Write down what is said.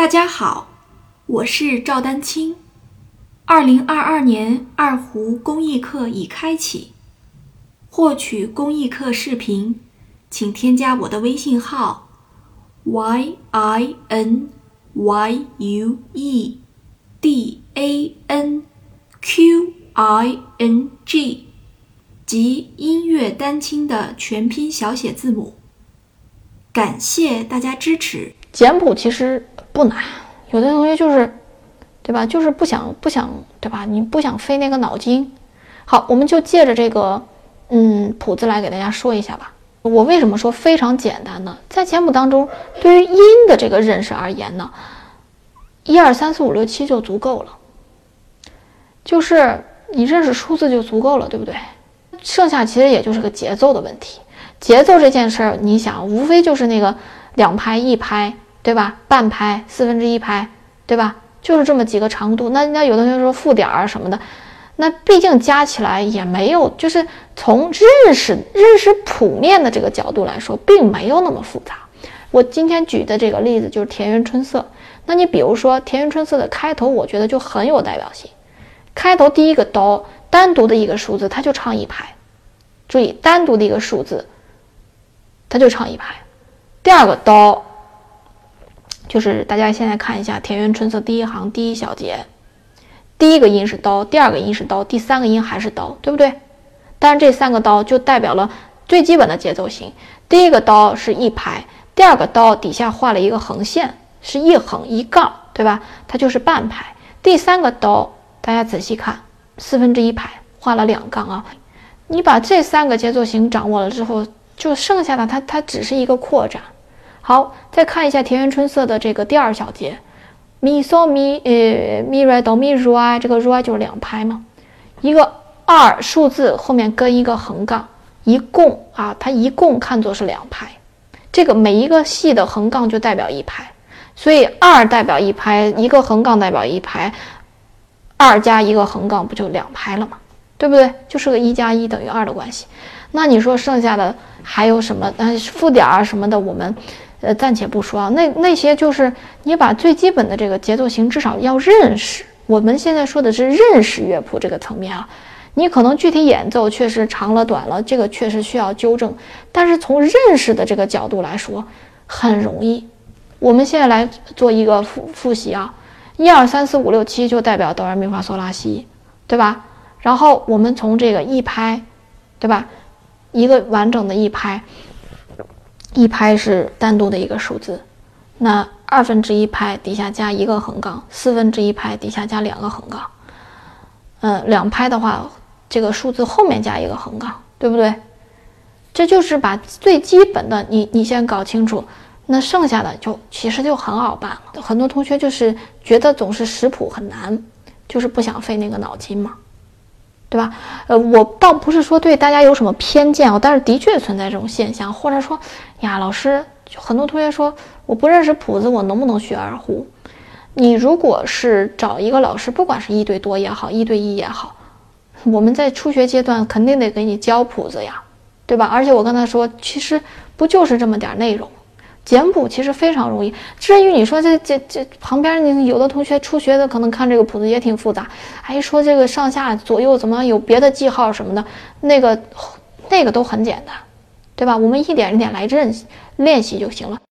大家好，我是赵丹青。2022年二胡公益课已开启，获取公益课视频，请添加我的微信号 YINYUEDANQING， 即音乐丹青的全拼小写字母。感谢大家支持。 简谱其实不难，有的同学就是对吧，就是不想对吧，你不想费那个脑筋。好，我们就借着这个谱子来给大家说一下吧。我为什么说非常简单呢？在简谱当中，对于音的这个认识而言呢，1、2、3、4、5、6、7就足够了，就是你认识数字就足够了，对不对？剩下其实也就是个节奏的问题。节奏这件事儿，你想，无非就是那个2拍、1拍，对吧？半拍、1/4拍，对吧？就是这么几个长度。那有的人说附点啊什么的，那毕竟加起来也没有，就是从认识谱面的这个角度来说，并没有那么复杂。我今天举的这个例子就是田园春色。那你比如说田园春色的开头，我觉得就很有代表性。开头第一个哆，单独的一个数字，它就唱1拍。注意，单独的一个数字，它就唱1拍。第二个哆，就是大家现在看一下田园春色第一行第一小节，第一个音是哆，第二个音是哆，第三个音还是哆，对不对？但是这3个哆就代表了最基本的节奏型。第一个哆是1拍，第二个哆底下画了一个横线，是1横1杠，对吧？它就是半拍。第三个哆，大家仔细看，1/4拍画了2杠啊。你把这3个节奏型掌握了之后，就剩下的它只是一个扩展。好，再看一下田园春色的这个第2小节，咪嗦咪咪来哆咪如啊，这个如啊就是2拍嘛，一个2数字后面跟一个横杠，它一共看作是2拍，这个每一个细的横杠就代表1拍，所以2代表1拍，一个横杠代表1拍，2加一个横杠不就2拍了吗？对不对？就是个1加1等于2的关系。那你说剩下的还有什么附点啊什么的，我们暂且不说啊。那些就是你把最基本的这个节奏型至少要认识。我们现在说的是认识乐谱这个层面啊，你可能具体演奏确实长了短了，这个确实需要纠正，但是从认识的这个角度来说很容易。我们现在来做一个复习啊，1、2、3、4、5、6、7就代表哆来咪发嗦拉西，对吧？然后我们从这个1拍，对吧？一个完整的1拍，1拍是单独的一个数字，那1/2拍底下加一个横杠，1/4拍底下加2个横杠，2拍的话，这个数字后面加一个横杠，对不对？这就是把最基本的你先搞清楚，那剩下的其实就很好办了。很多同学就是觉得总是识谱很难，就是不想费那个脑筋嘛。对吧？我倒不是说对大家有什么偏见但是的确存在这种现象，或者说呀，老师，很多同学说我不认识谱子，我能不能学二胡？你如果是找一个老师，不管是1对多也好，1对1也好，我们在初学阶段肯定得给你教谱子呀，对吧？而且我跟他说，其实不就是这么点内容。简谱其实非常容易，至于你说这旁边你有的同学初学的可能看这个谱子也挺复杂，还说这个上下左右怎么有别的记号什么的，那个都很简单，对吧？我们一点一点来练习就行了。